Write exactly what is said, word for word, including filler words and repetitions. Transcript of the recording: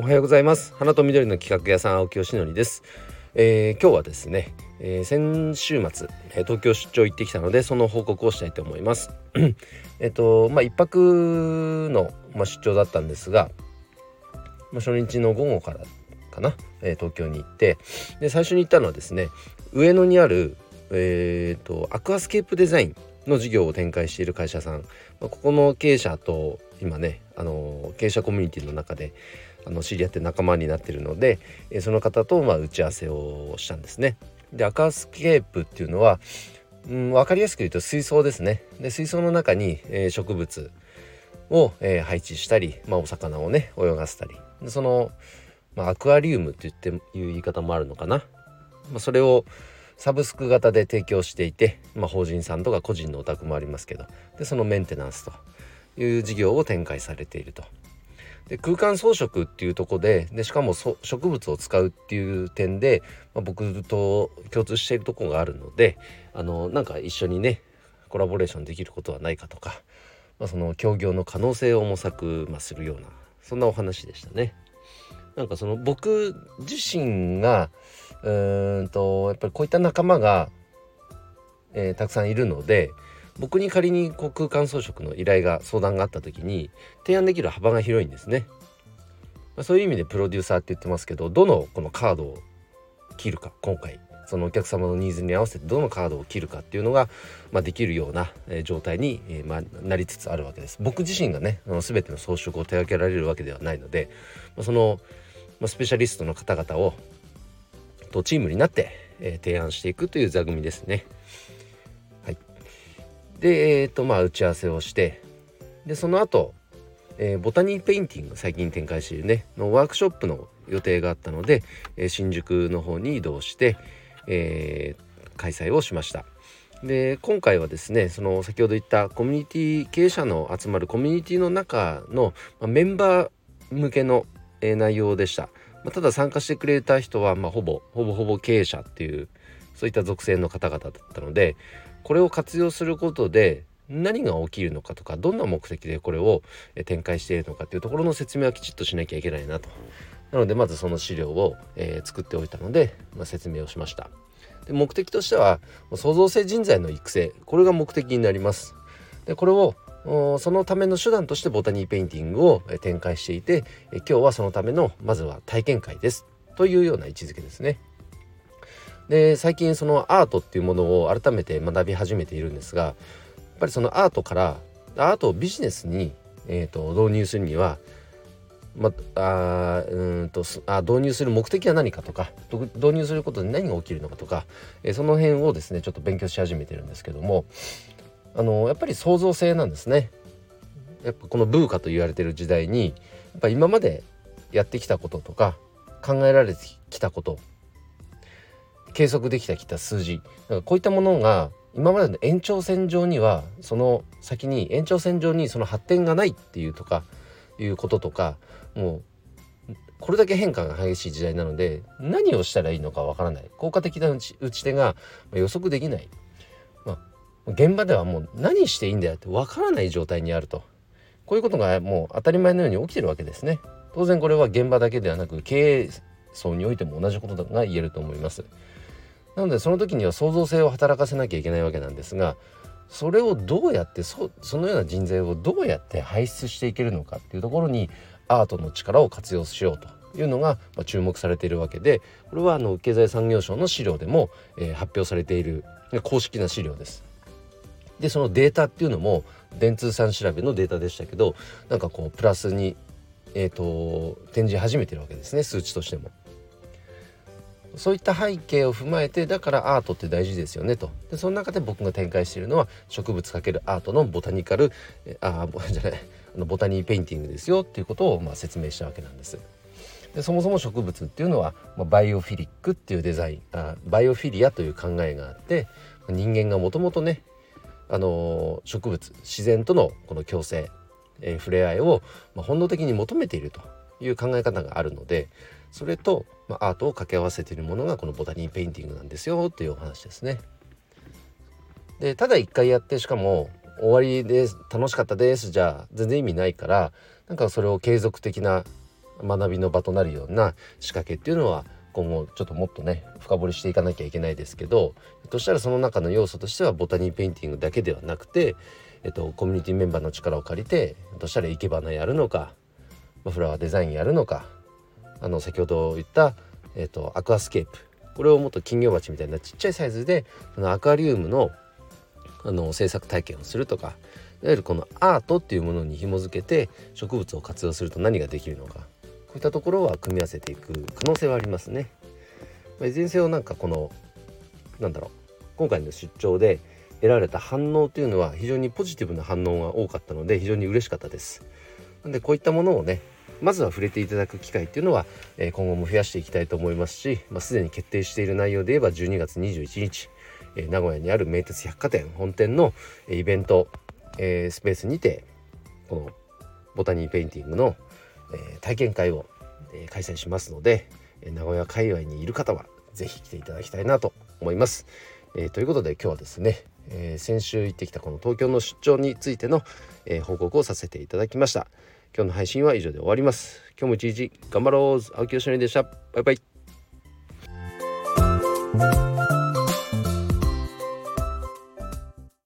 はようございます。花と緑の企画屋さん青木よしのりです。えー、今日はですね、えー、先週末、えー、東京出張行ってきたのでその報告をしたいと思います。えっとまあ一泊の、まあ、出張だったんですが、まあ、初日の午後からかな、えー、東京に行って、で最初に行ったのはですね、上野にある、えー、とアクアスケープデザインの事業を展開している会社さん、まあ、ここの経営者と今ね、あの経営者コミュニティの中であの知り合って仲間になっているので、えその方とまあ打ち合わせをしたんですね。でアクアスケープっていうのは、うん、分かりやすく言うと水槽ですね。で水槽の中に、えー、植物を、えー、配置したり、まあ、お魚をね泳がせたり、でその、まあ、アクアリウムって言っていう言い方もあるのかな、まあ、それをサブスク型で提供していて、まあ、法人さんとか個人のお宅もありますけど、でそのメンテナンスという事業を展開されていると。で空間装飾っていうところ で, でしかもそ植物を使うっていう点で、まあ、僕と共通しているところがあるので、あのなんか一緒にねコラボレーションできることはないかとか、まあ、その協業の可能性を模索、まあ、するようなそんなお話でしたね。なんかその僕自身がうーんとやっぱりこういった仲間が、えー、たくさんいるので、僕に仮にこう空間装飾の依頼が相談があった時に提案できる幅が広いんですね。まあ、そういう意味でプロデューサーって言ってますけど、どのこのカードを切るか、今回そのお客様のニーズに合わせてどのカードを切るかっていうのが、まあ、できるような、えー、状態に、えーまあ、なりつつあるわけです。僕自身がねあの全ての装飾を手掛けられるわけではないので、まあ、その、まあ、スペシャリストの方々をとチームになって、えー、提案していくという座組ですね。はい。で、えーとまあ、打ち合わせをして、でその後、えー、ボタニーペインティング最近展開しているねのワークショップの予定があったので、えー、新宿の方に移動して、えー、開催をしました。で今回はですね、その先ほど言ったコミュニティ経営者の集まるコミュニティの中の、まあ、メンバー向けの、えー、内容でした。まあ、ただ参加してくれた人は、まあ、ほぼほぼほぼ経営者っていうそういった属性の方々だったので、これを活用することで何が起きるのかとか、どんな目的でこれを展開しているのかっていうところの説明はきちっとしなきゃいけないなと。なのでまずその資料を、えー、作っておいたので、まあ、説明をしました。で目的としては創造性人材の育成、これが目的になります。でこれをそのための手段としてボタニーペインティングを展開していて、今日はそのためのまずは体験会ですというような位置づけですね。で最近そのアートっていうものを改めて学び始めているんですが、やっぱりそのアートからアートをビジネスに、えー、と導入するには、まあ、うんとあ導入する目的は何かとか、導入することで何が起きるのかとか、えー、その辺をですねちょっと勉強し始めてるんですけども、あのやっぱり創造性なんですね。やっぱこのブーカと言われている時代に、やっぱ今までやってきたこととか考えられてきたこと、計測できてきた数字、なんかこういったものが今までの延長線上には、その先に延長線上にその発展がないっていうとかいうこととか、もうこれだけ変化が激しい時代なので何をしたらいいのかわからない、効果的な打ち、打ち手が予測できない、まあ、現場ではもう何していいんだよってわからない状態にあると。こういうことがもう当たり前のように起きてるわけですね。当然これは現場だけではなく経営層においても同じことが言えると思います。なのでその時には創造性を働かせなきゃいけないわけなんですが、それをどうやって そ, そのような人材をどうやって輩出していけるのかっていうところにアートの力を活用しようというのが注目されているわけで、これはあの経済産業省の資料でも、えー、発表されている公式な資料です。でそのデータっていうのも電通さん調べのデータでしたけど、なんかこうプラスに、えー、と展示始めてるわけですね、数値としても。そういった背景を踏まえて、だからアートって大事ですよねと。でその中で僕が展開しているのは植物×アートのボタニカルえあじゃないあのボタニーペインティングですよっていうことをまあ説明したわけなんです。でそもそも植物っていうのは、まあ、バイオフィリックっていうデザインあバイオフィリアという考えがあって、人間がもともとね、あのー、植物自然とのこの共生、えー、触れ合いを、まあ、本能的に求めているという考え方があるので、それと、まあ、アートを掛け合わせているものがこのボタニーペインティングなんですよというお話ですね。でただ一回やってしかも終わりです楽しかったですじゃ全然意味ないから、なんかそれを継続的な学びの場となるような仕掛けっていうのは今後ちょっともっとね深掘りしていかなきゃいけないですけど、そしたらその中の要素としてはボタニーペインティングだけではなくて、えっと、コミュニティメンバーの力を借りてどうしたら生け花やるのか、フラワーデザインやるのか、あの先ほど言った、えっと、アクアスケープ、これをもっと金魚鉢みたいなちっちゃいサイズでそのアクアリウムのあの制作体験をするとか、いわゆるこのアートっていうものに紐づけて植物を活用すると何ができるのか、こういったところは組み合わせていく可能性はありますね。いずれにせよなんかこのなんだろう今回の出張で得られた反応というのは非常にポジティブな反応が多かったので非常に嬉しかったです。なんでこういったものをねまずは触れていただく機会っていうのは、えー、今後も増やしていきたいと思いますし、まあ、すでに決定している内容で言えばじゅうにがつにじゅういちにち、えー、名古屋にある名鉄百貨店本店の、えー、イベント、えー、スペースにてこのボタニーペインティングの、えー、体験会を、えー、開催しますので、えー、名古屋界隈にいる方はぜひ来ていただきたいなと思います。えー、ということで今日はですね、えー、先週行ってきたこの東京の出張についての、えー、報告をさせていただきました。今日の配信は以上で終わります。今日も一日頑張ろう。青木よしのりでした。バイバイ。